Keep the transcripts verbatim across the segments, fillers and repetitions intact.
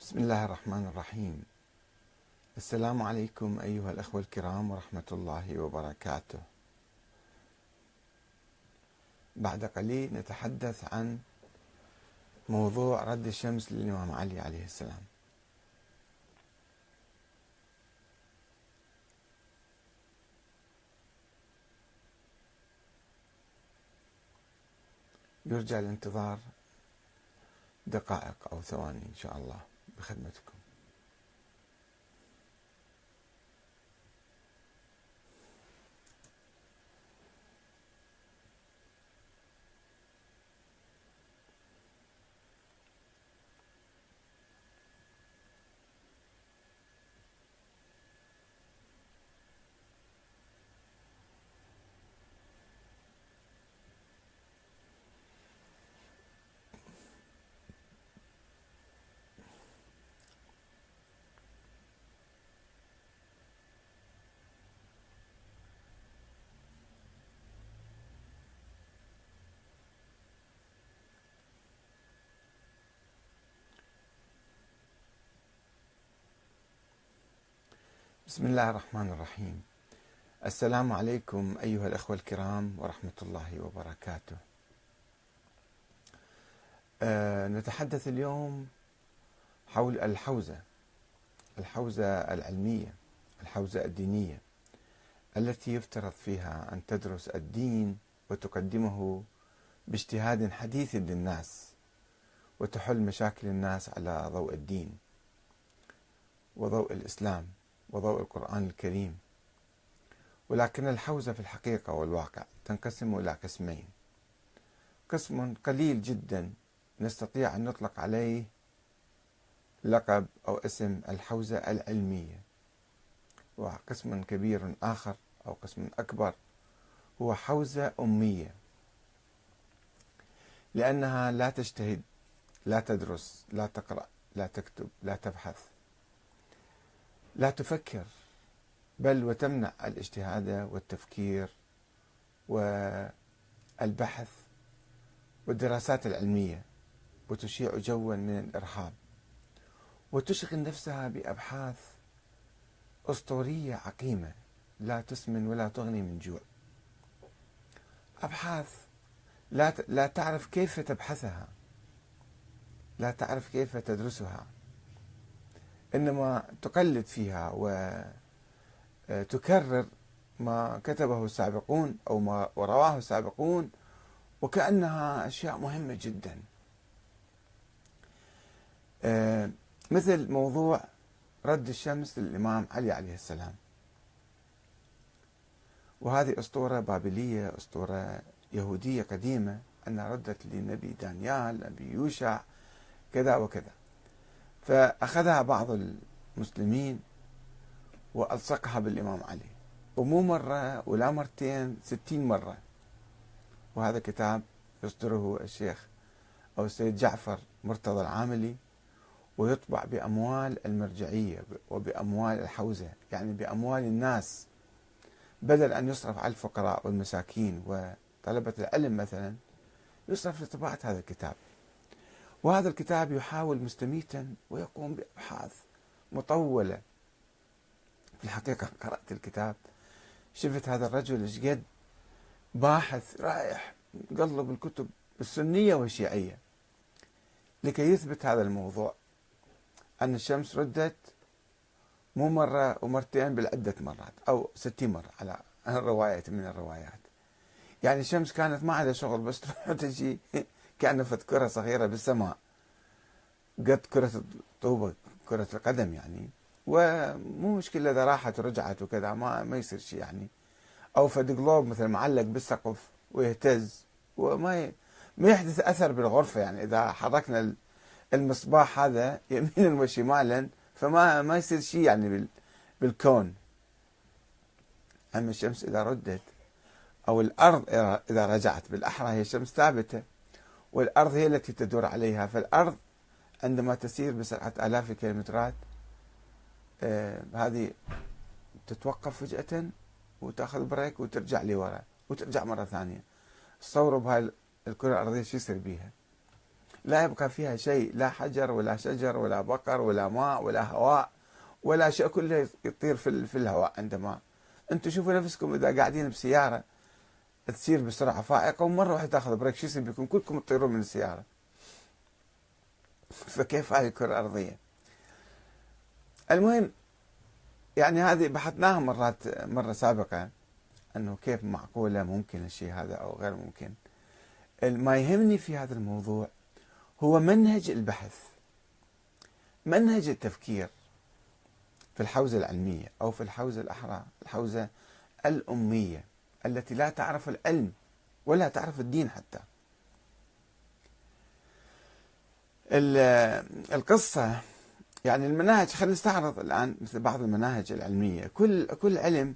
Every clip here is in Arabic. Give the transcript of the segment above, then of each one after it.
بسم الله الرحمن الرحيم. السلام عليكم أيها الأخوة الكرام ورحمة الله وبركاته. بعد قليل نتحدث عن موضوع رد الشمس للإمام علي عليه السلام. يرجى الانتظار دقائق أو ثواني إن شاء الله بخدمتكم. بسم الله الرحمن الرحيم. السلام عليكم أيها الأخوة الكرام ورحمة الله وبركاته. أه نتحدث اليوم حول الحوزة الحوزة العلمية، الحوزة الدينية التي يفترض فيها أن تدرس الدين وتقدمه باجتهاد حديث للناس وتحل مشاكل الناس على ضوء الدين وضوء الإسلام وضوء القرآن الكريم. ولكن الحوزة في الحقيقة والواقع تنقسم إلى قسمين: قسم قليل جدا نستطيع أن نطلق عليه لقب أو اسم الحوزة العلمية، وقسم كبير آخر أو قسم أكبر هو حوزة أمية، لأنها لا تجتهد، لا تدرس، لا تقرأ، لا تكتب، لا تبحث، لا تفكر، بل وتمنع الاجتهاد والتفكير والبحث والدراسات العلمية، وتشيع جوا من الإرهاب، وتشغل نفسها بأبحاث أسطورية عقيمة لا تسمن ولا تغني من جوع، أبحاث لا لا تعرف كيف تبحثها، لا تعرف كيف تدرسها، إنما تقلد فيها وتكرر ما كتبه السابقون أو ما رواه السابقون وكأنها أشياء مهمة جدا، مثل موضوع رد الشمس للإمام علي عليه السلام. وهذه أسطورة بابلية، أسطورة يهودية قديمة، أنها ردت للنبي دانيال، نبي يوشع، كذا وكذا. فأخذها بعض المسلمين وألصقها بالإمام علي، ومو مرة ولا مرتين، ستين مرة. وهذا كتاب يصدره الشيخ أو السيد جعفر مرتضى العاملي، ويطبع بأموال المرجعية وبأموال الحوزة، يعني بأموال الناس، بدل أن يصرف على الفقراء والمساكين وطلبة العلم مثلا، يصرف لطباعة هذا الكتاب. وهذا الكتاب يحاول مستميتا ويقوم بأبحاث مطولة. في الحقيقة قرأت الكتاب، شفت هذا الرجل ايش قد باحث رايح قلب الكتب السنية والشيعية لكي يثبت هذا الموضوع، أن الشمس ردت مو مرة ومرتين بل عدة مرات أو ستين مرة على رواية من الروايات. يعني الشمس كانت ما عندها شغل، بس تروح تجي كأنها فت كرة صغيرة بالسماء قد كرة الطوبة، كرة القدم يعني، ومو مشكلة إذا راحت ورجعت وكذا، ما ما يصير شيء يعني. أو فد قلوب مثل معلق بالسقف ويهتز وما ي... ما يحدث أثر بالغرفة، يعني إذا حركنا المصباح هذا يمينا وشمالا فما ما يصير شيء يعني بال... بالكون. أما الشمس إذا ردت أو الأرض إذا رجعت، بالأحرى هي الشمس ثابتة والأرض هي التي تدور عليها، فالأرض عندما تسير بسرعة آلاف الكيلومترات آه هذه تتوقف فجأة وتأخذ بريك وترجع لورا وترجع مرة ثانية. تصوروا بهاي الكرة الأرضية شو يصير بيها؟ لا يبقى فيها شيء، لا حجر ولا شجر ولا بقر ولا ماء ولا هواء ولا شيء، كله يطير في في الهواء. عندما انتم شوفوا نفسكم اذا قاعدين بسياره تسير بسرعه فائقه ومره واحده تاخذ بريك، شو يصير بكم؟ كلكم تطيرون من السياره. فكيف هذه الكره الارضيه؟ المهم يعني هذه بحثناها مرات مره سابقه، انه كيف معقوله ممكن الشيء هذا او غير ممكن. ما يهمني في هذا الموضوع هو منهج البحث، منهج التفكير في الحوزة العلمية أو في الحوزة الأحرى، الحوزة الأمية التي لا تعرف العلم ولا تعرف الدين حتى. القصة يعني المناهج، خلينا نستعرض الآن مثل بعض المناهج العلمية. كل كل علم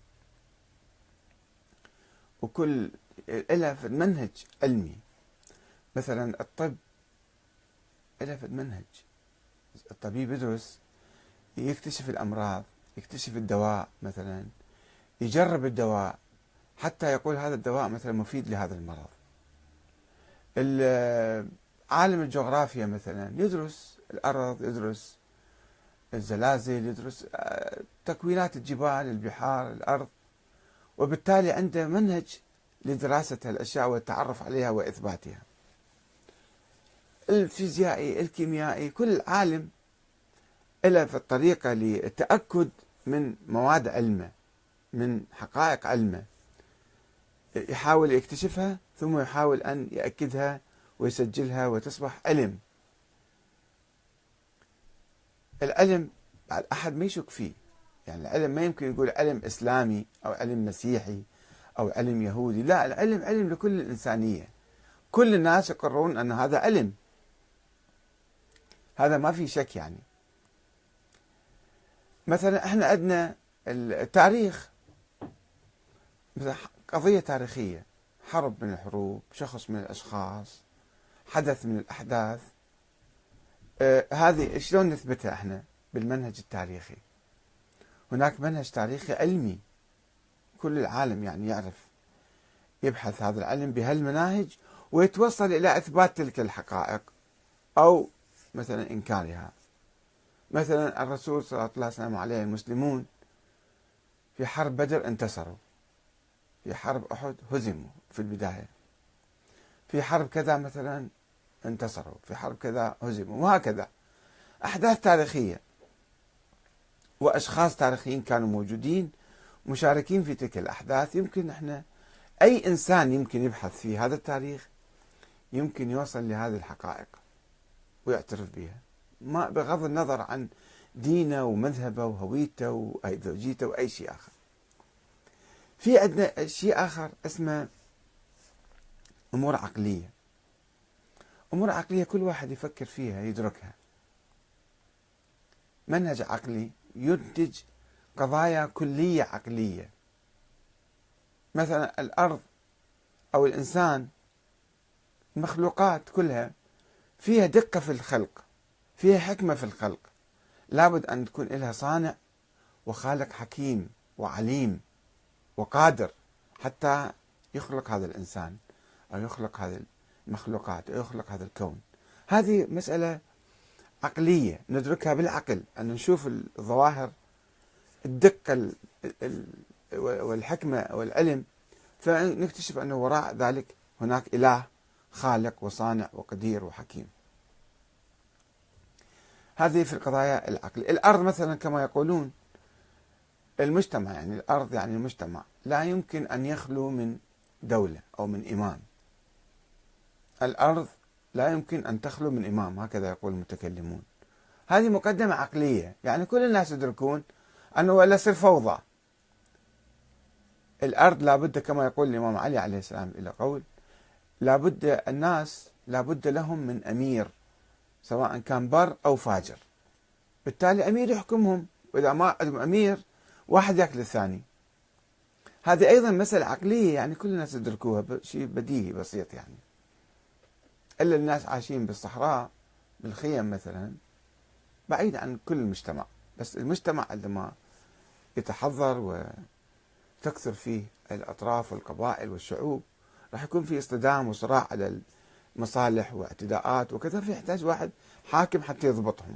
وكل له في منهج علمي. مثلا الطب له في المنهج، الطبيب يدرس، يكتشف الأمراض، يكتشف الدواء، مثلا يجرب الدواء حتى يقول هذا الدواء مثلا مفيد لهذا المرض. عالم الجغرافيا مثلا يدرس الأرض، يدرس الزلازل، يدرس تكوينات الجبال، البحار، الأرض، وبالتالي عنده منهج لدراسة الأشياء والتعرف عليها وإثباتها. الفيزيائي، الكيميائي، كل عالم له في الطريقة للتأكد من مواد علمه، من حقائق علمه، يحاول يكتشفها ثم يحاول أن يأكدها ويسجلها وتصبح علم. العلم بعد أحد ما يشك فيه، يعني العلم ما يمكن يقول علم إسلامي أو علم مسيحي أو علم يهودي، لا، العلم علم لكل الإنسانية، كل الناس يقررون أن هذا علم، هذا ما في شك. يعني مثلا احنا عندنا التاريخ، مثلا قضية تاريخية، حرب من الحروب، شخص من الأشخاص، حدث من الأحداث، آه هذه شلون نثبتها احنا؟ بالمنهج التاريخي. هناك منهج تاريخي علمي، كل العالم يعني يعرف، يبحث هذا العلم بهالمناهج ويتوصل إلى إثبات تلك الحقائق أو مثلا إنكارها. مثلا الرسول صلى الله عليه وسلم عليه، المسلمون في حرب بدر انتصروا، في حرب أحد هزموا في البداية، في حرب كذا مثلا انتصروا، في حرب كذا هزموا، وهكذا أحداث تاريخية وأشخاص تاريخيين كانوا موجودين مشاركين في تلك الأحداث. يمكن احنا أي إنسان يمكن يبحث في هذا التاريخ يمكن يوصل لهذه الحقائق ويعترف بها، ما بغض النظر عن دينه ومذهبه وهويته وأيديولوجيته وأي شيء آخر. في عندنا شيء آخر اسمه أمور عقلية. أمور عقلية كل واحد يفكر فيها يدركها، منهج عقلي ينتج قضايا كلية عقلية. مثلا الأرض أو الإنسان، المخلوقات كلها فيها دقة في الخلق، فيها حكمة في الخلق، لابد أن تكون لها صانع وخالق حكيم وعليم وقادر حتى يخلق هذا الإنسان أو يخلق هذه المخلوقات أو يخلق هذا الكون. هذه مسألة عقلية ندركها بالعقل، أن نشوف الظواهر، الدقة والحكمة والعلم، فنكتشف أنه وراء ذلك هناك إله خالق وصانع وقدير وحكيم. هذه في القضايا العقلية. الأرض مثلا كما يقولون، المجتمع يعني الأرض يعني المجتمع لا يمكن أن يخلو من دولة أو من إمام. الأرض لا يمكن أن تخلو من إمام، هكذا يقول المتكلمون. هذه مقدمة عقلية، يعني كل الناس يدركون أنه ولا يصير فوضى. الأرض لابد كما يقول الإمام علي عليه السلام إلى قول لابد الناس لابد لهم من أمير، سواء كان بر أو فاجر، بالتالي أمير يحكمهم، وإذا ما عندهم أمير واحد يأكل الثاني. هذه أيضا مسألة عقلية، يعني كل الناس يدركوها، شيء بديهي بسيط يعني، إلا الناس عايشين بالصحراء بالخيم مثلا بعيد عن كل المجتمع. بس المجتمع عندما يتحضر وتكثر فيه الأطراف والقبائل والشعوب راح يكون في اصطدام وصراع على مصالح واعتداءات وكذا، فيحتاج واحد حاكم حتى يضبطهم.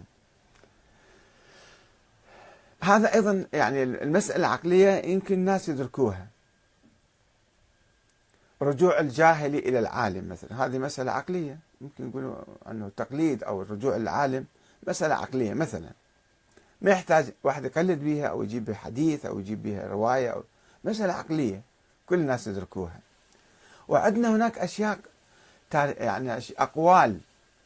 هذا أيضا يعني المسألة العقلية يمكن الناس يدركوها. رجوع الجاهل إلى العالم مثلا، هذه مسألة عقلية، يمكن يقولوا أنه التقليد أو الرجوع للعالم مسألة عقلية مثلا، ما يحتاج واحد يقلد بها أو يجيب بها حديث أو يجيب بها رواية، أو مسألة عقلية كل الناس يدركوها. وعندنا هناك أشياء يعني أقوال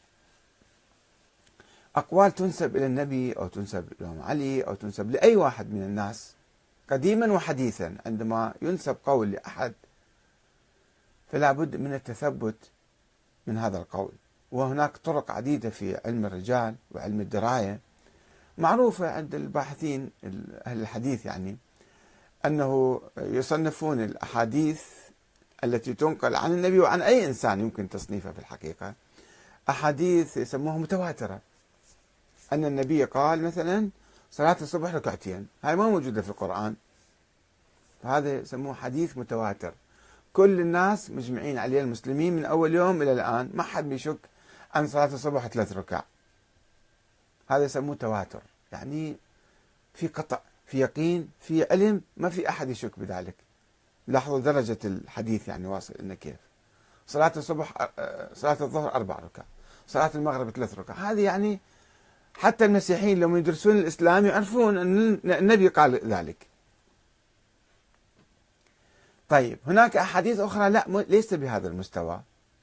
أقوال تنسب إلى النبي أو تنسب إلى علي أو تنسب لأي واحد من الناس قديما وحديثا. عندما ينسب قول لأحد فلا بد من التثبت من هذا القول. وهناك طرق عديدة في علم الرجال وعلم الدراية معروفة عند الباحثين أهل الحديث، يعني أنه يصنفون الأحاديث التي تنقل عن النبي وعن أي إنسان يمكن تصنيفها في الحقيقة، أحاديث يسموها متواترة. أن النبي قال مثلا صلاة الصبح ركعتين، هاي ما موجودة في القرآن، فهذا يسموه حديث متواتر، كل الناس مجمعين عليه، المسلمين من أول يوم إلى الآن ما حد بيشك عن صلاة الصبح ثلاث ركع، هذا يسموه تواتر، يعني في قطع، في يقين، في علم، ما في أحد يشك بذلك. لاحظوا درجة الحديث يعني واصل إنه كيف. صلاة الصبح صلاة الظهر أربع ركع، صلاة المغرب ثلاث ركع، هذه يعني حتى المسيحيين لما يدرسون الإسلام يعرفون أن النبي قال ذلك. طيب هناك أحاديث أخرى لا ليس بهذا المستوى،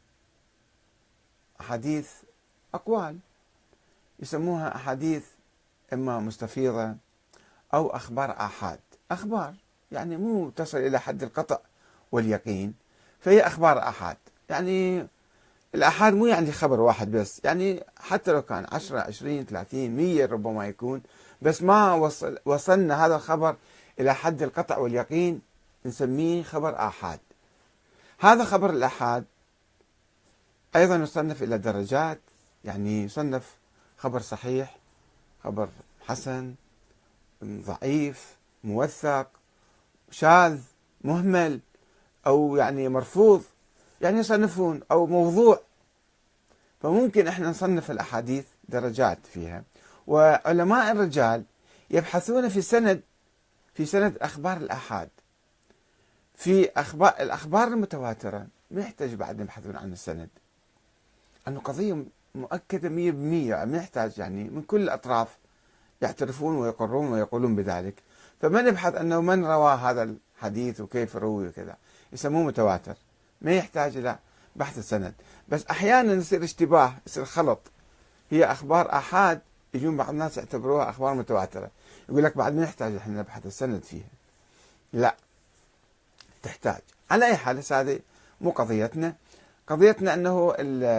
أحاديث أقوال يسموها أحاديث إما مستفيضة أو أخبار آحاد، أخبار يعني مو تصل إلى حد القطع واليقين، فهي أخبار آحاد. يعني الآحاد مو يعني خبر واحد بس، يعني حتى لو كان عشرة عشرين ثلاثين مية ربما يكون، بس ما وصل وصلنا هذا الخبر إلى حد القطع واليقين نسميه خبر آحاد. هذا خبر الآحاد أيضا يصنف إلى درجات، يعني يصنف خبر صحيح، خبر حسن، ضعيف، موثق، شاذ، مهمل، أو يعني مرفوض، يعني يصنفون، أو موضوع. فممكن احنا نصنف الأحاديث درجات فيها. وعلماء الرجال يبحثون في سند في سند أخبار الآحاد. في أخبار الأخبار المتواترة ما يحتاج بعد يبحثون عن السند، أنه قضية مؤكدة مية بالمية، ما يحتاج يعني من كل الأطراف يعترفون ويقرون ويقولون بذلك. فما نبحث أنه من روى هذا الحديث وكيف روي وكذا، يسموه متواتر، ما يحتاج إلى بحث السند. بس أحيانا يصير اشتباه، يصير خلط، هي أخبار آحاد، يجون بعض الناس يعتبروها أخبار متواترة، يقول لك بعد ما نحتاج احنا نبحث السند فيها. لا، تحتاج. على أي حال هذه مو قضيتنا، قضيتنا أنه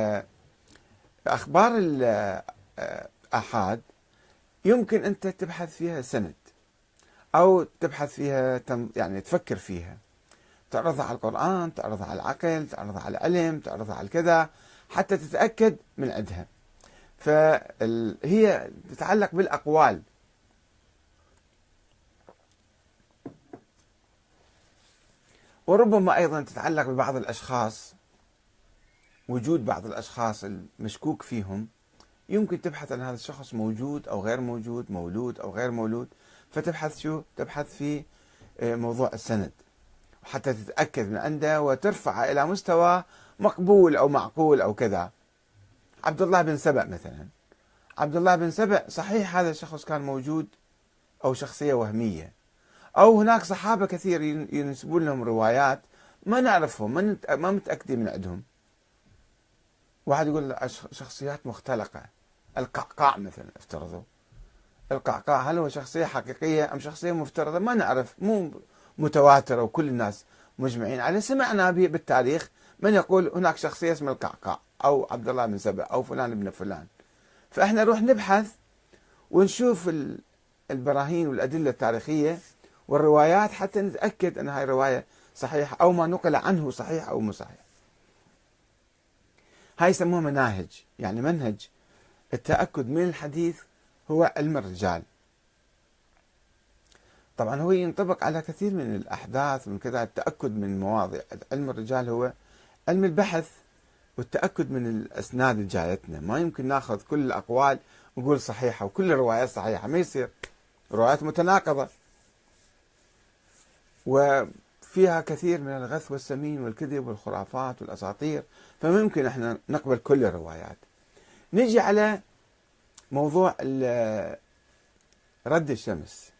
أخبار الآحاد يمكن أنت تبحث فيها سند، أو تبحث فيها يعني تفكر فيها، تعرضها على القرآن، تعرضها على العقل، تعرضها على العلم، تعرضها على كذا، حتى تتأكد من عندها. فهي تتعلق بالأقوال. وربما أيضا تتعلق ببعض الأشخاص، وجود بعض الأشخاص المشكوك فيهم، يمكن تبحث عن هذا الشخص موجود أو غير موجود، مولود أو غير مولود، فتبحث شو؟ تبحث في موضوع السند حتى تتأكد من عنده وترفعه إلى مستوى مقبول أو معقول أو كذا. عبد الله بن سبأ مثلا، عبد الله بن سبأ صحيح هذا الشخص كان موجود أو شخصية وهمية، أو هناك صحابة كثير ينسبون لهم روايات ما نعرفهم، ما متأكدين من عندهم. واحد يقول شخصيات مختلقة، القعقاع مثلا افترضوا، القعقاع هل هو شخصية حقيقية أم شخصية مفترضة؟ ما نعرف، مو متواترة وكل الناس مجمعين عليه. سمعنا به بالتاريخ من يقول هناك شخصية اسمها القعقاع أو عبد الله بن سبأ أو فلان ابن فلان. فإحنا نروح نبحث ونشوف البراهين والأدلة التاريخية والروايات حتى نتأكد أن هاي الرواية صحيحة أو ما نقل عنه صحيح أو مو صحيح. هاي يسموها مناهج، يعني منهج التأكد من الحديث هو علم الرجال. طبعا هو ينطبق على كثير من الأحداث ومن كذا، التأكد من مواضيع. علم الرجال هو علم البحث والتأكد من الأسناد اللي جايتنا. ما يمكن ناخذ كل الأقوال ونقول صحيحة وكل الروايات صحيحة، ما يصير، روايات متناقضة وفيها كثير من الغث والسمين والكذب والخرافات والأساطير، فما يمكن احنا نقبل كل الروايات. نجي على موضوع رد الشمس.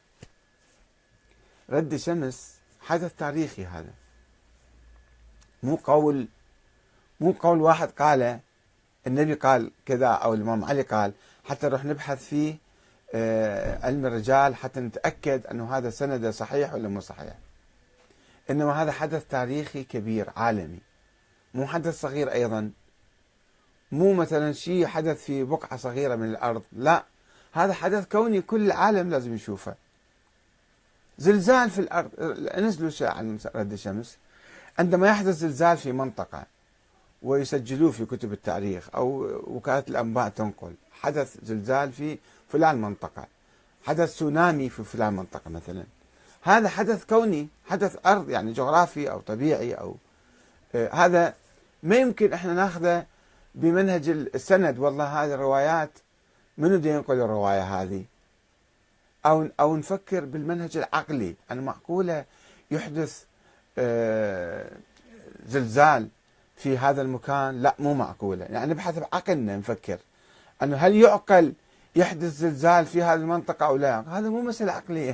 رد الشمس حدث تاريخي، هذا مو قول مو قول واحد قاله، النبي قال كذا أو الإمام علي قال حتى نروح نبحث فيه علم الرجال حتى نتأكد أنه هذا سنده صحيح ولا مو صحيح. إنما هذا حدث تاريخي كبير عالمي، مو حدث صغير أيضا، مو مثلا شيء حدث في بقعة صغيرة من الأرض، لا، هذا حدث كوني كل العالم لازم يشوفه. زلزال في الأرض. نزلوا شيء عن رد الشمس، عندما يحدث زلزال في منطقة ويسجلوه في كتب التاريخ أو وكالة الأنباء تنقل حدث زلزال في فلان منطقة، حدث تسونامي في فلان منطقة مثلا، هذا حدث كوني، حدث أرض يعني جغرافي أو طبيعي أو آه هذا ما يمكن احنا ناخذه بمنهج السند، والله هذه الروايات منو بده ينقل الرواية هذه، أو أو نفكر بالمنهج العقلي، أنا معقولة يحدث آه زلزال في هذا المكان؟ لا، مو معقولة، يعني نبحث بعقلنا نفكر أنه هل يعقل يحدث زلزال في هذه المنطقة أو لا. هذا مو مسألة عقلية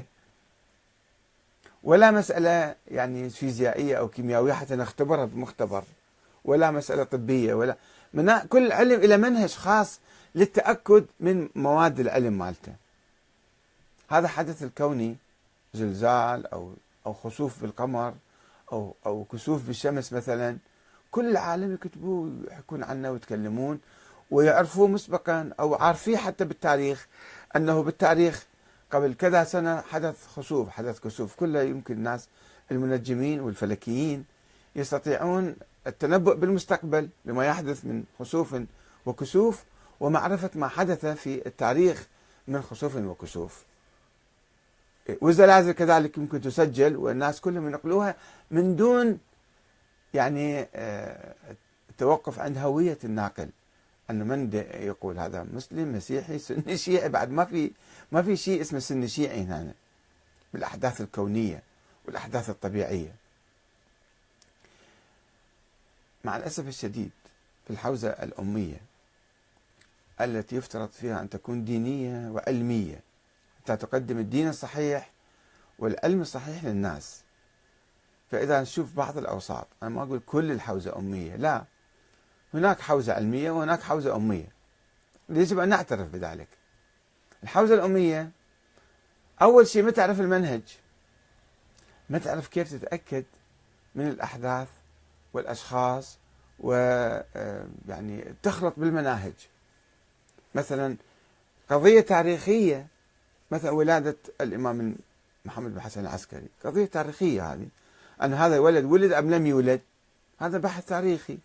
ولا مسألة يعني فيزيائية أو كيميائية حتى نختبرها بمختبر، ولا مسألة طبية، ولا من كل علم إلى منهج خاص للتأكد من مواد العلم مالته. هذا حدث الكوني، زلزال أو أو خسوف بالقمر أو أو كسوف بالشمس مثلا، كل العالم يكتبوه ويحكون عنه ويتكلمون ويعرفوه مسبقا أو عارفيه حتى بالتاريخ، أنه بالتاريخ قبل كذا سنة حدث خسوف، حدث كسوف. كله يمكن الناس المنجمين والفلكيين يستطيعون التنبؤ بالمستقبل بما يحدث من خسوف وكسوف ومعرفة ما حدث في التاريخ من خسوف وكسوف. والزلازل كذلك يمكن تسجل والناس كلهم ينقلوها من دون يعني التوقف عند هوية الناقل، أنه من يقول هذا مسلم مسيحي سني شيعي، بعد ما في ما في شيء اسمه سني شيعي هنا بالأحداث الكونية والأحداث الطبيعية. مع الأسف الشديد في الحوزة الأمية التي يفترض فيها أن تكون دينية وعلمية حتى تقدم الدين الصحيح والعلم الصحيح للناس، فإذا نشوف بعض الأوساط، أنا ما أقول كل الحوزة أمية، لا، هناك حوزة علمية وهناك حوزة أمية، يجب أن نعترف بذلك. الحوزة الأمية أول شيء ما تعرف المنهج، ما تعرف كيف تتأكد من الأحداث والأشخاص، ويعني تخلط بالمناهج. مثلا قضية تاريخية، مثلا ولادة الإمام محمد بن حسن العسكري، قضية تاريخية هذه، أن هذا الولد ولد أم لم يولد، هذا بحث تاريخي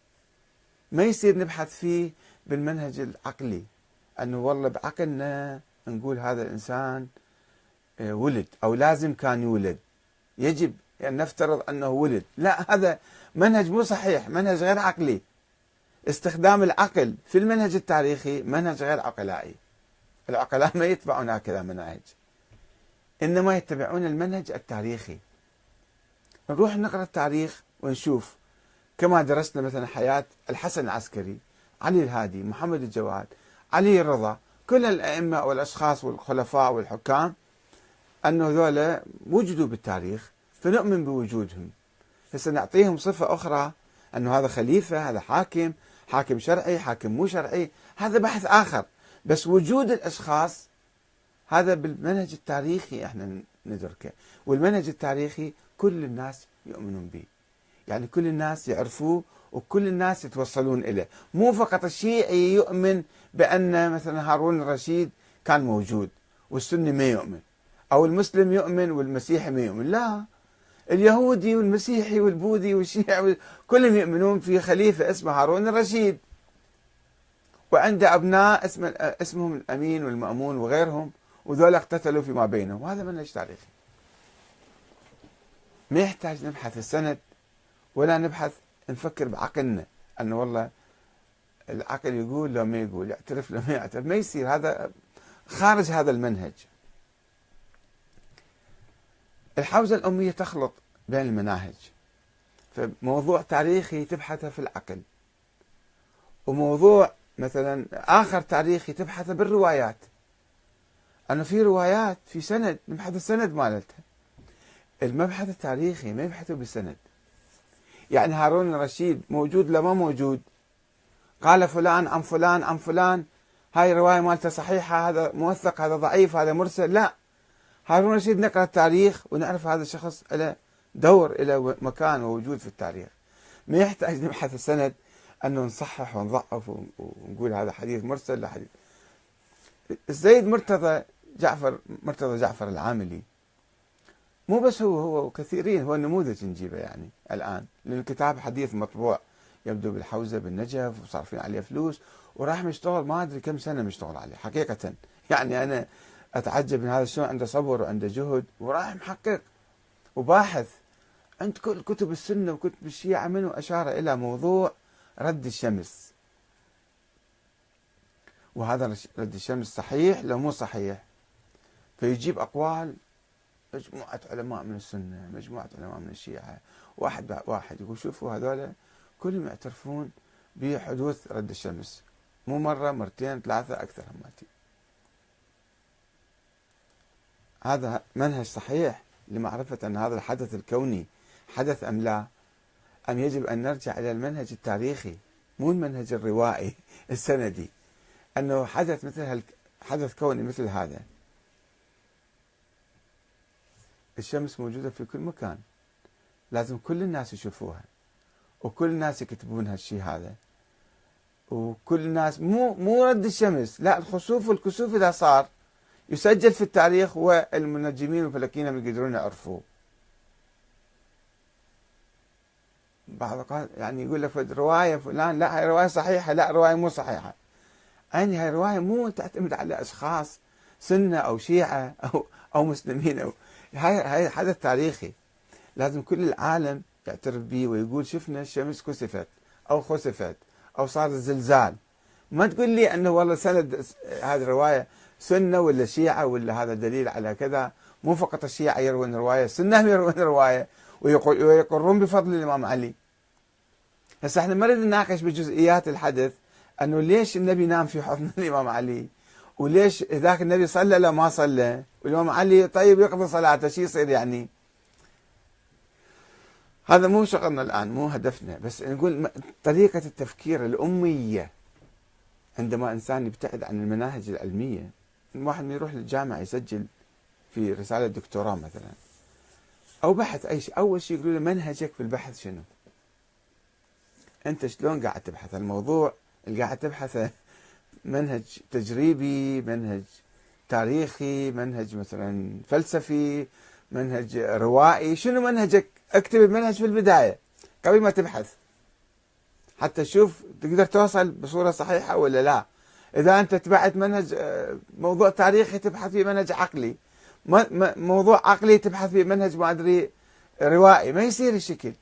ما يصير نبحث فيه بالمنهج العقلي، أنه والله بعقلنا نقول هذا الإنسان ولد أو لازم كان يولد، يجب أن نفترض أنه ولد. لا، هذا منهج مو صحيح، منهج غير عقلي. استخدام العقل في المنهج التاريخي منهج غير عقلائي. العقلاء ما يتبعون هكذا مناهج، إنما يتبعون المنهج التاريخي. نروح نقرأ التاريخ ونشوف كما درسنا مثلا حياة الحسن العسكري، علي الهادي، محمد الجواد، علي الرضا، كل الأئمة والأشخاص والخلفاء والحكام، أنه ذولا وجدوا بالتاريخ فنؤمن بوجودهم. هسه نعطيهم صفة أخرى أنه هذا خليفة، هذا حاكم، حاكم شرعي، حاكم مو شرعي، هذا بحث آخر. بس وجود الأشخاص هذا بالمنهج التاريخي احنا ندركه، والمنهج التاريخي كل الناس يؤمنون به، يعني كل الناس يعرفوه وكل الناس يتوصلون إليه. مو فقط الشيعي يؤمن بأن مثلا هارون الرشيد كان موجود والسني ما يؤمن، أو المسلم يؤمن والمسيحي ما يؤمن، لا، اليهودي والمسيحي والبوذي والشيعي كلهم يؤمنون في خليفة اسمه هارون الرشيد، وعنده أبناء اسم اسمهم الأمين والمأمون وغيرهم، وذولا اقتتلوا فيما بينهم. وهذا منهج تاريخي ما يحتاج نبحث السند ولا نبحث نفكر بعقلنا أنه والله العقل يقول لو ما يقول، يعترف لو ما يعترف، ما يصير، هذا خارج هذا المنهج. الحوزة الأمية تخلط بين المناهج، فموضوع تاريخي تبحثه في العقل، وموضوع مثلا آخر تاريخي تبحثه بالروايات، أنه في روايات في سند نبحث السند مالتها. المبحث التاريخي ما يبحثوا بالسند. يعني هارون الرشيد موجود لا ما موجود، قال فلان عن فلان عن فلان، هاي الرواية مالته صحيحة، هذا موثق، هذا ضعيف، هذا مرسل، لا. هارون الرشيد نقرأ التاريخ ونعرف هذا الشخص له دور، إلى مكان ووجود في التاريخ، ما يحتاج نبحث السند أنه نصحح ونضعف ونقول هذا حديث مرسل لا حديث. السيد مرتضى جعفر مرتضى جعفر العاملي مو بس هو هو وكثيرين، هو النموذج نجيبه يعني الآن، لأن كتاب حديث مطبوع يبدو بالحوزة بالنجف وصارفين عليه فلوس، وراح مشتغل ما أدري كم سنة مشتغل عليه حقيقة. يعني أنا أتعجب من هذا الشيء، عنده صبر وعنده جهد، وراح محقق وباحث عند كل كتب السنة وكتب الشيعة، منه أشار إلى موضوع رد الشمس، وهذا رد الشمس صحيح لو مو صحيح، فيجيب أقوال مجموعة علماء من السنة، مجموعة علماء من الشيعة، واحد بعد واحد يقول شوفوا هذول كلهم يعترفون بحدوث رد الشمس، مو مرة مرتين ثلاثة أكثر هماتي. هذا منهج صحيح لمعرفة أن هذا الحدث الكوني حدث أم لا، أم يجب أن نرجع إلى المنهج التاريخي مو المنهج الروائي السندي، أنه حدث مثل حدث كوني مثل هذا. الشمس موجودة في كل مكان، لازم كل الناس يشوفوها، وكل الناس يكتبون هالشيء هذا، وكل الناس مو مو رد الشمس، لا، الخسوف والكسوف إذا صار يسجل في التاريخ، والمنجمين والفلكيين من يقدرون يعرفوه. بعض قال يعني يقول لك رواية فلان، لا هاي رواية صحيحة، لا رواية مو صحيحة. يعني هاي رواية مو تعتمد على أشخاص سنة أو شيعة أو أو مسلمين، أو هاي هاي حدث تاريخي لازم كل العالم يعترف به ويقول شفنا الشمس كسفت أو خسفت أو صار الزلزال. ما تقول لي أنه والله سند هذه الرواية سنة ولا شيعة ولا هذا دليل على كذا. مو فقط الشيعة يروون رواية، السنة يروون رواية ويقرون بفضل الإمام علي. هسه احنا ما نريد نناقش بجزئيات الحدث، أنه ليش النبي نام في حضن الإمام علي، وليش ذاك النبي صلى لا ما صلى، والإمام علي طيب يقضي صلاته، شو يصير يعني. هذا مو شغلنا الآن، مو هدفنا، بس نقول طريقة التفكير الأمية عندما إنسان يبتعد عن المناهج العلمية. واحد يروح للجامعة يسجل في رسالة دكتوراه مثلا أو بحث أي شيء، أول شيء يقولوا له منهجك في البحث شنو؟ أنت شلون قاعد تبحث الموضوع اللي قاعد تبحثه؟ منهج تجريبي، منهج تاريخي، منهج مثلا فلسفي، منهج روائي، شنو منهجك؟ اكتب المنهج في البداية قبل ما تبحث حتى تشوف تقدر توصل بصورة صحيحة ولا لا. إذا أنت تبعت منهج موضوع تاريخي تبحث في منهج عقلي، موضوع عقلي تبحث في منهج ما أدري روائي، ما يصير الشكل.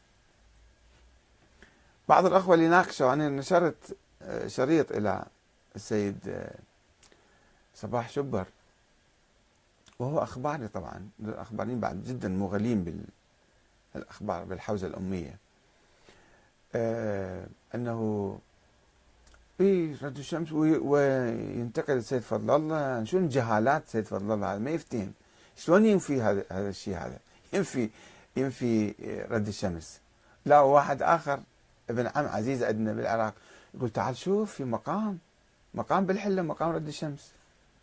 بعض الأخوة اللي ناقشوا، أنا نشرت شريط إلى السيد صباح شبر، وهو أخباري طبعا، الأخباريين بعد جدا مغالين بالأخبار بالحوزة الأمية، آه أنه في رد الشمس وينتقل السيد فضل الله، شنو جهالات السيد فضل الله، هذا ما يفتهم، شلون ينفي هذا هذا الشيء، هذا ينفي ينفي رد الشمس. لا، واحد آخر ابن عم عزيز عندنا بالعراق يقول تعال شوف في مقام مقام بالحلة، مقام رد الشمس،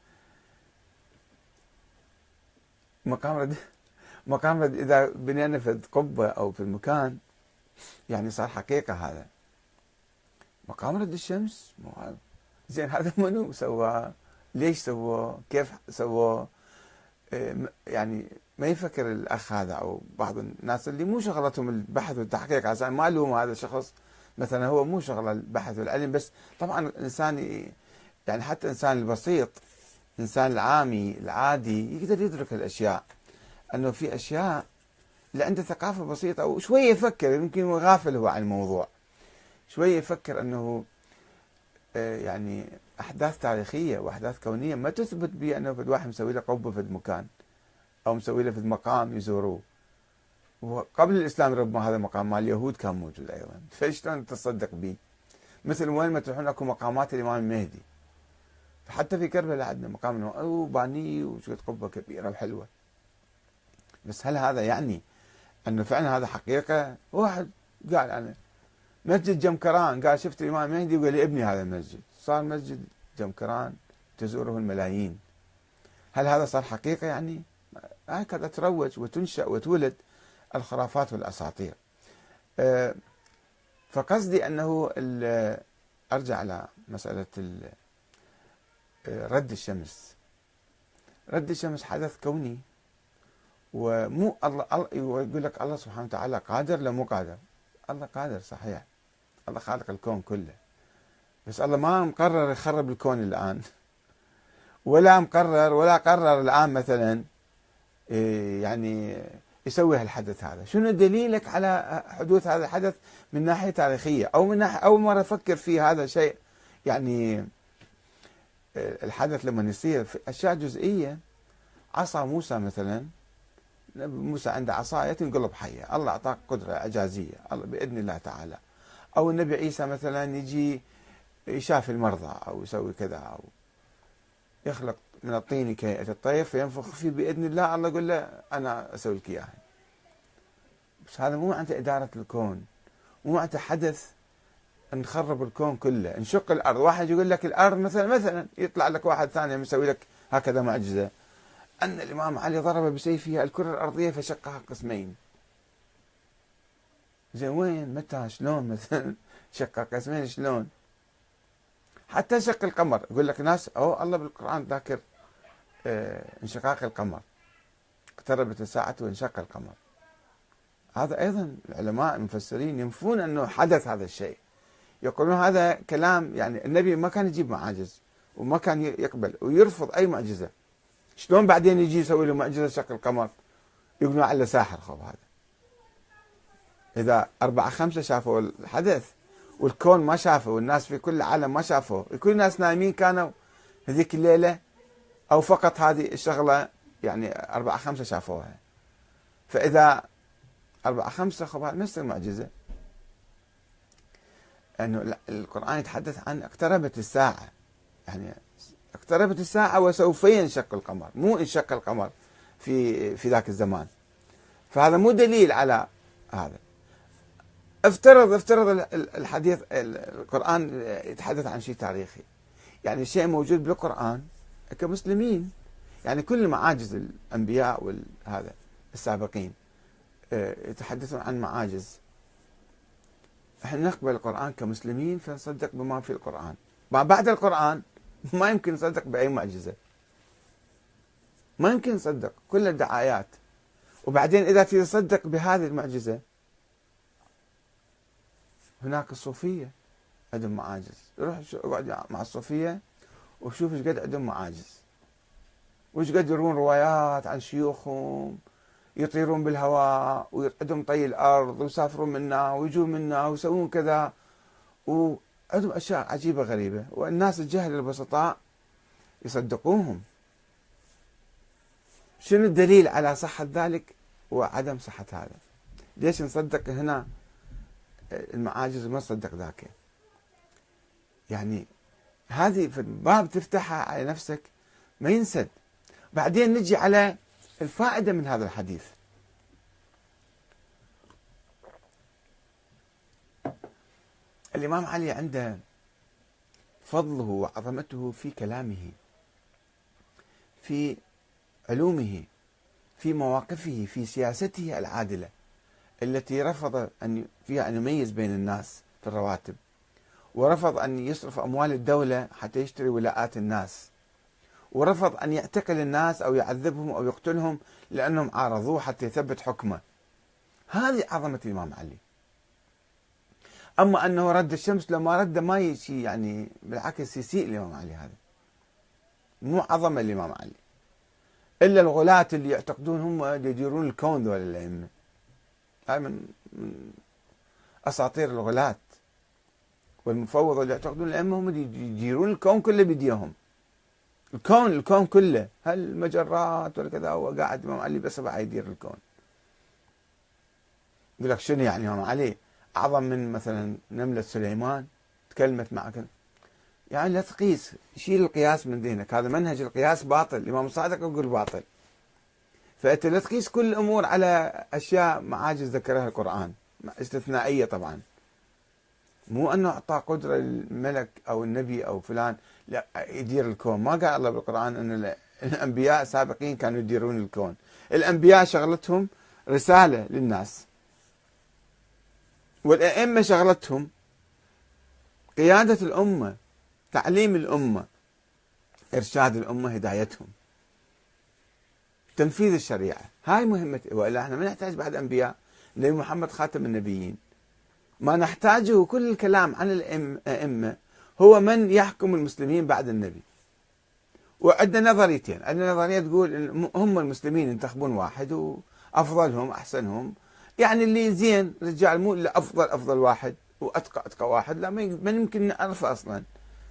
مقام رد مقام رد إذا بنينا في قبة أو في المكان يعني صار حقيقة. هذا مقام رد الشمس، زين هذا منو سواه؟ ليش سواه؟ كيف سواه؟ يعني ما يفكر الأخ هذا أو بعض الناس اللي مو شغلتهم البحث والتحقيق، عشان ما ألوم هذا الشخص مثلا، هو مو شغله البحث والعلم، بس طبعا الإنسان يعني حتى الإنسان البسيط، الإنسان العامي العادي يقدر يدرك الأشياء، أنه في أشياء اللي عنده ثقافة بسيطة أو شوية يفكر، يمكن غافل هو عن الموضوع، شوية يفكر أنه يعني أحداث تاريخية وأحداث كونية ما تثبت بأنه فد واحد مسوي له قبة في مكان أو مسوي له في مقام يزوروه. وقبل الإسلام ربما هذا المقام مال اليهود كان موجود أيضا، فشلون تصدق به؟ مثل وين ما تروحون أكو مقامات الإمام المهدي، حتى في كربلاء عندنا مقام أو باني وشوية قبة كبيرة وحلوة. بس هل هذا يعني أنه فعلا هذا حقيقة؟ واحد قال أنا مسجد جمكران، قال شفت الإمام المهدي وقال لي ابني هذا المسجد، صار مسجد جمكران تزوره الملايين. هل هذا صار حقيقة؟ يعني هكذا تروج وتنشأ وتولد الخرافات والأساطير. فقصدي أنه أرجع على مسألة رد الشمس. رد الشمس حدث كوني، ومو الله يقول لك الله سبحانه وتعالى قادر لا مو قادر. الله قادر صحيح، الله خالق الكون كله، بس الله ما مقرر يخرب الكون الآن، ولا مقرر ولا قرر الآن مثلا يعني يسوي هالحدث هذا. شنو دليلك على حدوث هذا الحدث من ناحية تاريخية، أو من ناحية أول مرة أفكر في هذا الشيء؟ يعني الحدث لما يصير في أشياء جزئية، عصا موسى مثلا، موسى عنده عصاية تنقلب حية، الله أعطاك قدرة إعجازية الله بإذن الله تعالى. أو النبي عيسى مثلا يجي يشافي المرضى أو يسوي كذا، أو يخلق من الطين كهيئة الطير فينفخ فيه بإذن الله، الله يقول له أنا أسوي لك إياها. بس هذا مو معناته إدارة الكون، مو معناته حدث نخرب الكون كله، نشق الأرض. واحد يقول لك الأرض مثلا مثلا يطلع لك واحد ثاني يسوي لك هكذا معجزة، أن الإمام علي ضرب بسيفه الكرة الأرضية فشقها قسمين. زين وين متى شلون مثلا شقها قسمين شلون؟ حتى شق القمر يقول لك ناس أو الله بالقرآن ذاكر اه انشقاق القمر، اقتربت الساعة وانشق القمر. هذا أيضا العلماء المفسرين ينفون أنه حدث هذا الشيء، يقولون هذا كلام يعني النبي ما كان يجيب معاجز وما كان يقبل ويرفض أي معجزة. شلون بعدين يجي يسوي له معجزة شق القمر؟ يقولون على ساحر. خب هذا إذا أربعة خمسة شافوا الحدث والكون ما شافه والناس في كل العالم ما شافوه، كل الناس نايمين كانوا هذيك الليلة، أو فقط هذه الشغلة يعني أربعة خمسة شافوها. فإذا أربعة خمسة خب هذا نفس المعجزة، أنه القرآن يتحدث عن اقتربت الساعة، يعني اقتربت الساعة وسوف ينشق القمر، مو انشق القمر في في ذاك الزمان. فهذا مو دليل على هذا. افترض افترض الحديث القرآن يتحدث عن شيء تاريخي، يعني شيء موجود بالقرآن كمسلمين، يعني كل معاجز الأنبياء والهذا السابقين يتحدثون عن معاجز. احنا نقبل القرآن كمسلمين فنصدق بما في القرآن، ما بعد القرآن ما يمكن نصدق بأي معجزة، ما يمكن نصدق كل الدعايات. وبعدين إذا تصدق بهذه المعجزة، هناك الصوفية عندهم معاجز، روح اقعد مع الصوفية وشوف ايش قد عندهم معاجز، وايش قد يرون روايات عن شيوخهم يطيرون بالهواء وعندهم طي الأرض ويسافرون منا ويجون منا ويسوون كذا، وعندهم أشياء عجيبة غريبة، والناس الجهل البسطاء يصدقوهم. شنو الدليل على صحة ذلك وعدم صحة هذا؟ ليش نصدق هنا المعاجز وما نصدق ذاك؟ يعني هذه في باب تفتحها على نفسك ما ينسد. بعدين نجي على الفائدة من هذا الحديث. الإمام علي عنده فضله وعظمته في كلامه، في علومه، في مواقفه، في سياسته العادلة التي رفض أن فيها أن يميز بين الناس في الرواتب، ورفض أن يصرف أموال الدولة حتى يشتري ولاءات الناس، ورفض أن يعتقل الناس أو يعذبهم أو يقتلهم لأنهم عارضوه حتى يثبت حكمه. هذه عظمة الإمام علي. أما أنه رد الشمس لما رد ما يشي، يعني بالعكس يسيء الإمام علي، هذا مو عظمة الإمام علي. إلا الغلاة اللي يعتقدون هم يديرون الكون ذول الأئمة، هاي من, من أساطير الغلاة والمفوضة اللي يعتقدون الأئمة هم يديرون الكون كله بيديهم، الكون الكون كله، هالمجرات ولا كذا، هو قاعد الإمام علي بس راح يدير الكون. يقول لك شنو يعني الإمام علي أعظم من مثلا نملة سليمان تكلمت معك؟ يعني لا تقيس، شيل القياس من ذهنك، هذا منهج القياس باطل، الإمام الصادق يقول باطل. فأنت لا تقيس كل الأمور على أشياء معاجز ذكرها القرآن استثنائية طبعا، مو أنه أعطى قدرة للملك أو النبي أو فلان لا يدير الكون. ما قال الله بالقرآن أن الأنبياء السابقين كانوا يديرون الكون، الأنبياء شغلتهم رسالة للناس، والأئمة شغلتهم قيادة الأمة، تعليم الأمة، إرشاد الأمة، هدايتهم، تنفيذ الشريعة. هاي مهمة، وإلا احنا ما نحتاج بعد أنبياء. النبي محمد خاتم النبيين. ما نحتاجه كل الكلام عن الأئمة هو من يحكم المسلمين بعد النبي. وعندنا نظريتين، عندنا نظرية تقول هم المسلمين ينتخبون واحد وأفضلهم أحسنهم، يعني اللي زين رجال، مو اللي أفضل أفضل واحد وأتقى أتقى واحد، لا ما يمكن نعرفه أصلا.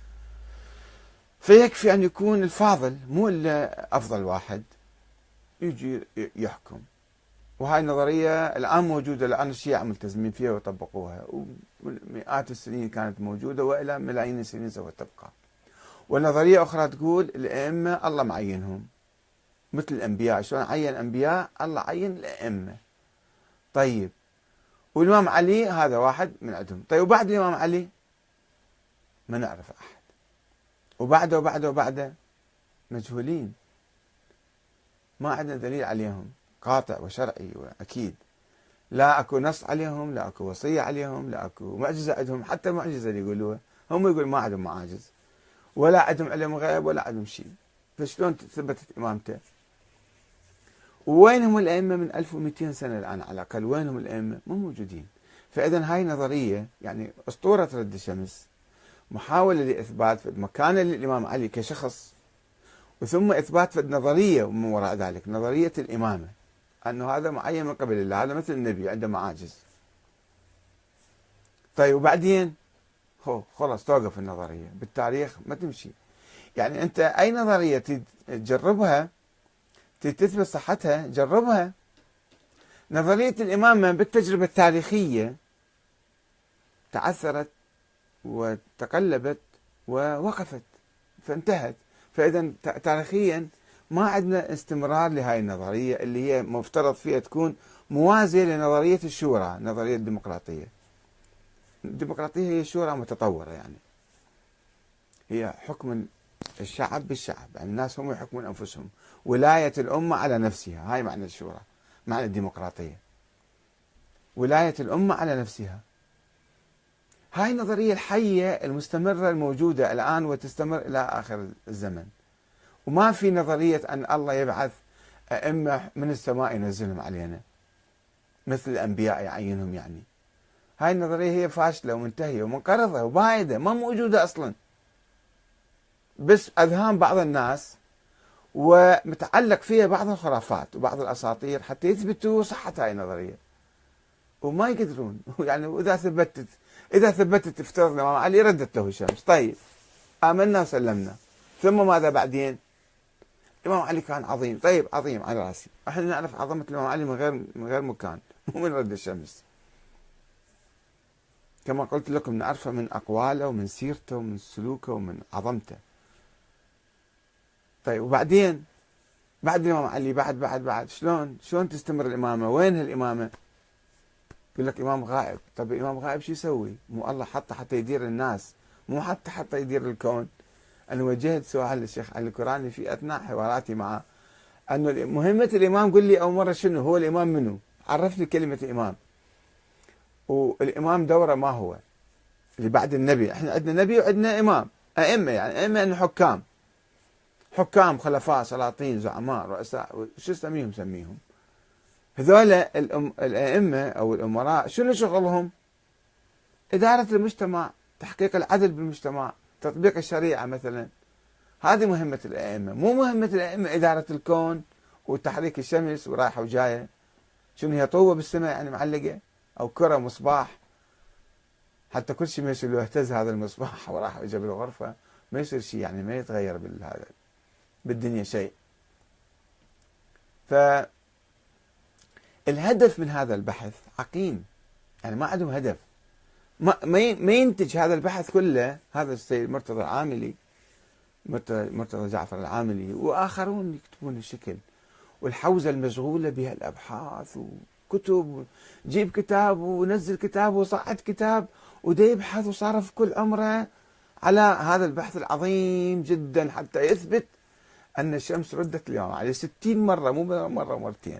فيكفي أن يكون الفاضل مو اللي أفضل واحد يجي يحكم. وهاي النظرية الآن موجودة، الآن الشيعة ملتزمين فيها وطبقوها، ومئات السنين كانت موجودة وإلى ملايين السنين سوف تبقى. ونظرية أخرى تقول الأئمة الله معينهم مثل الأنبياء، شلون عين أنبياء الله عين الأئمة. طيب والإمام علي هذا واحد من عندهم، طيب وبعد الإمام علي ما نعرف أحد، وبعده وبعده وبعده مجهولين، ما عندنا دليل عليهم قاطع وشرعي وأكيد، لا أكو نص عليهم، لا أكو وصية عليهم، لا أكو معجزة عندهم. حتى المعجزة اللي يقولوها هم يقولوا ما عندهم معاجز، ولا عندهم علم غيب، ولا عندهم شيء. فشلون ثبتت إمامته؟ ووينهم الأئمة من ألف ومئتين سنة الآن على الأقل؟ وينهم الأئمة؟ مو موجودين. فإذا هاي نظرية، يعني أسطورة رد الشمس، محاولة لإثبات مكانة للإمام علي كشخص، وثم إثبات نظرية من وراء ذلك، نظرية الإمامة، أنه هذا معين من قبل الله، هذا مثل النبي عنده معاجز. طيب وبعدين هو خلاص توقف النظرية، بالتاريخ ما تمشي. يعني أنت أي نظرية تجربها تثبت صحتها جربها. نظرية الإمامة بالتجربة التاريخية تعثرت وتقلبت ووقفت فانتهت. فإذا تاريخيا ما عندنا استمرار لهذه النظرية اللي هي مفترض فيها تكون موازية لنظرية الشورى، نظرية الديمقراطية. الديمقراطية هي شورى متطورة، يعني هي حكم الشعب بالشعب، يعني الناس هم يحكمون أنفسهم، ولاية الأمة على نفسها. هاي معنى الشورى، معنى الديمقراطية، ولاية الأمة على نفسها. هاي النظرية الحية المستمرة الموجودة الآن وتستمر إلى آخر الزمن. وما في نظرية أن الله يبعث أئمة من السماء ينزلهم علينا مثل الأنبياء يعينهم. يعني هاي النظرية هي فاشلة ومنتهية ومنقرضة وبايدة، ما موجودة أصلا، بس أذهان بعض الناس ومتعلق فيها بعض الخرافات وبعض الأساطير حتى يثبتوا صحة هاي النظرية، وما يقدرون. يعني وإذا ثبتت إذا ثبتت افترض الإمام علي ردت له الشمس، طيب آمنا وسلمنا، ثم ماذا بعدين؟ الإمام علي كان عظيم، طيب عظيم على راسي، احنا نعرف عظمة الإمام علي من غير من غير مكان، مو من رد الشمس. كما قلت لكم نعرفه من أقواله ومن سيرته ومن سلوكه ومن عظمته. طيب وبعدين بعد الإمام علي بعد بعد بعد شلون شلون تستمر الإمامة؟ وين هالإمامة؟ يقول لك إمام غائب. طيب الإمام غائب شو يسوي؟ مو الله حطه حتى يدير الناس، مو حتى حتى يدير الكون. أنا وجهت سؤال للشيخ علي الكوراني في أثناء حواراتي معه، أنه مهمة الإمام، قل لي أول مرة شنو هو الإمام؟ منه؟ عرفني كلمة إمام. والإمام دوره ما هو؟ اللي بعد النبي، احنا عندنا نبي وعندنا إمام، أئمة، يعني أئمة أنه حكام، حكام، خلفاء، سلاطين، زعماء، رؤساء، شو سميهم سميهم. هذول الأئمة أو الأمراء شنو شغلهم؟ إدارة المجتمع، تحقيق العدل بالمجتمع، تطبيق الشريعة مثلا. هذه مهمة الأئمة، مو مهمة الأئمة إدارة الكون وتحريك الشمس ورايحة وجاية. شنو هي طوبة بالسماء يعني معلقة، أو كرة مصباح؟ حتى كل شيء ما يصير له اهتز هذا المصباح وراح اجى بالغرفة، ما يصير شيء، يعني ما يتغير بالهذا بالدنيا شيء. فالهدف من هذا البحث عقيم، يعني ما عندهم هدف، ما ما ينتج هذا البحث كله هذا السيد مرتضى العاملي، مرتضى جعفر العاملي واخرون يكتبون الشكل، والحوزه المشغوله بها الابحاث وكتب، جيب كتاب ونزل كتاب وصعد كتاب ودا يبحث وصارف كل عمره على هذا البحث العظيم جدا حتى يثبت ان الشمس ردت اليوم عليه ستين مره، مو مره ومرتين.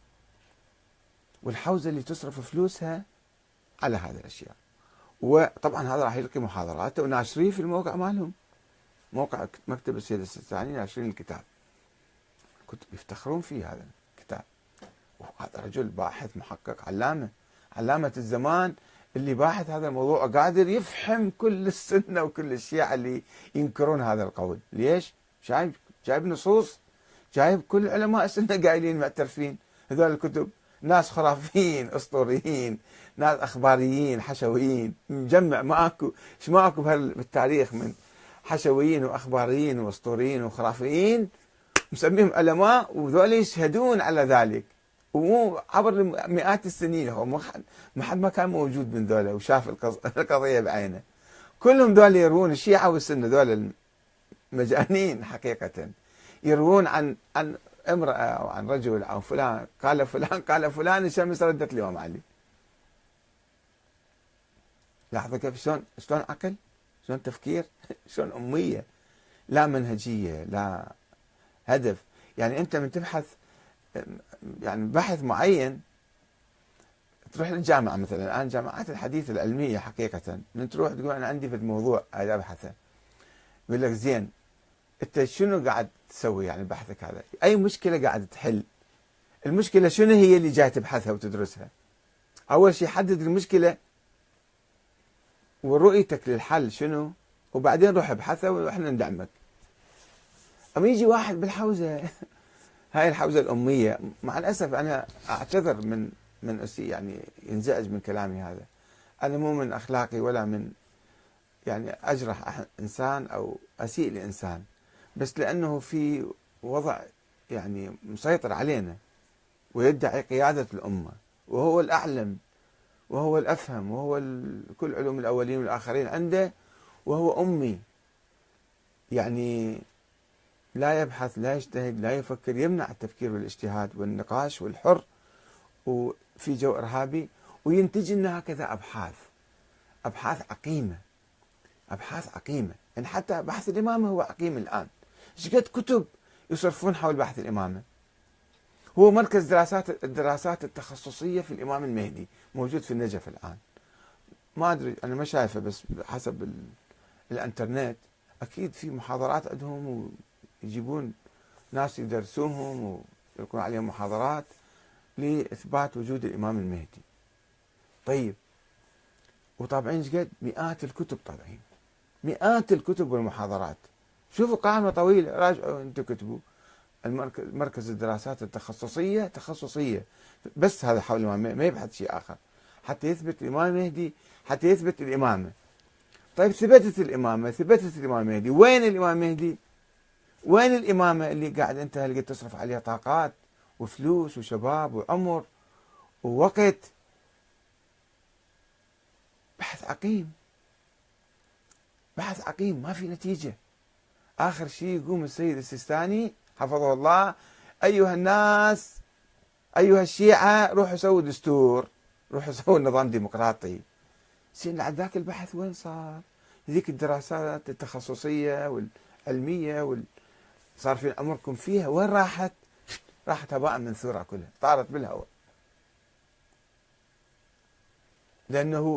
والحوزه اللي تصرف فلوسها على هذه الاشياء. وطبعا هذا راح يلقي محاضراته وناشريه في الموقع مالهم، موقع مكتب السيد السيستاني، ناشرين الكتاب، كنت يفتخرون فيه هذا الكتاب. وهذا رجل باحث محقق علامة، علامة الزمان اللي باحث هذا الموضوع، قادر يفهم كل السنة وكل الشيعة اللي ينكرون هذا القول. ليش؟ جايب جايب نصوص، جايب كل علماء السنة قايلين معترفين. هذول الكتب ناس خرافيين اسطوريين، ناس اخباريين حشويين، مجمع ماكو ايش ماكو بالتاريخ من حشويين واخباريين واسطوريين وخرافيين، مسميهم علماء، وذول يشهدون على ذلك، ومو عبر مئات السنين. هو ما حد ما كان موجود من ذولا وشاف القضيه بعينه. كلهم ذول يروون، الشيعه والسنه ذول مجانين حقيقه، يروون عن عن امرأة أو عن رجل أو فلان، قال فلان قال فلان الشمس ردت اليوم علي. لاحظوا كيف شلون شلون عقل، شلون تفكير، شلون أمية، لا منهجية، لا هدف. يعني أنت من تبحث يعني بحث معين، تروح للجامعة مثلا، الآن جامعات الحديث العلمية حقيقة من تروح تقول أنا عندي في الموضوع هذا أبحثه، يقول لك زين أنت شنو قاعد تسوي؟ يعني بحثك هذا أي مشكلة قاعد تحل؟ المشكلة شنو هي اللي جاي تبحثها وتدرسها؟ أول شيء حدد المشكلة ورؤيتك للحل شنو، وبعدين روح ابحثها وإحنا ندعمك. أما يجي واحد بالحوزة هاي الحوزة الأمية، مع الأسف أنا أعتذر من من أسي يعني ينزعج من كلامي هذا، أنا مو من أخلاقي ولا من يعني أجرح إنسان أو أسيء لإنسان، بس لأنه في وضع يعني مسيطر علينا ويدعي قيادة الأمة، وهو الأعلم وهو الأفهم وهو كل علوم الأولين والآخرين عنده، وهو أمي، يعني لا يبحث لا يجتهد لا يفكر، يمنع التفكير والاجتهاد والنقاش والحر، وفي جو إرهابي، وينتج لنا هكذا أبحاث أبحاث عقيمة، أبحاث عقيمة. يعني حتى بحث الإمامة هو عقيم الآن، ايش قد كتب يصرفون حول بحث الإمامة. هو مركز دراسات الدراسات التخصصية في الإمام المهدي، موجود في النجف الآن، ما أدري أنا ما شايفه، بس حسب الإنترنت أكيد في محاضرات عندهم، ويجيبون ناس يدرسوهم ويلقون عليهم محاضرات لإثبات وجود الإمام المهدي. طيب، وطابعين ايش قد مئات الكتب، طابعين مئات الكتب والمحاضرات. شوفوا قائمة طويلة، راجعوا انتم كتبوا المركز مركز الدراسات التخصصية تخصصية بس هذا حول الإمامة، ما يبحث شيء آخر حتى يثبت الإمام المهدي، حتى يثبت الإمامة. طيب ثبتت الإمامة، ثبتت الإمام المهدي، وين الإمام المهدي؟ وين الإمامة اللي قاعد أنت هل تصرف عليها طاقات وفلوس وشباب وعمر ووقت؟ بحث عقيم، بحث عقيم ما في نتيجة. آخر شيء يقوم السيد السيستاني حفظه الله، أيها الناس أيها الشيعة روحوا سووا دستور، روحوا سووا نظام ديمقراطي. زين بعد ذاك البحث وين صار؟ ذيك الدراسات التخصصية والعلمية وال... صار في أمركم فيها، وين راحت؟ راحت هباء منثورة كلها، طارت بالهواء. لأنه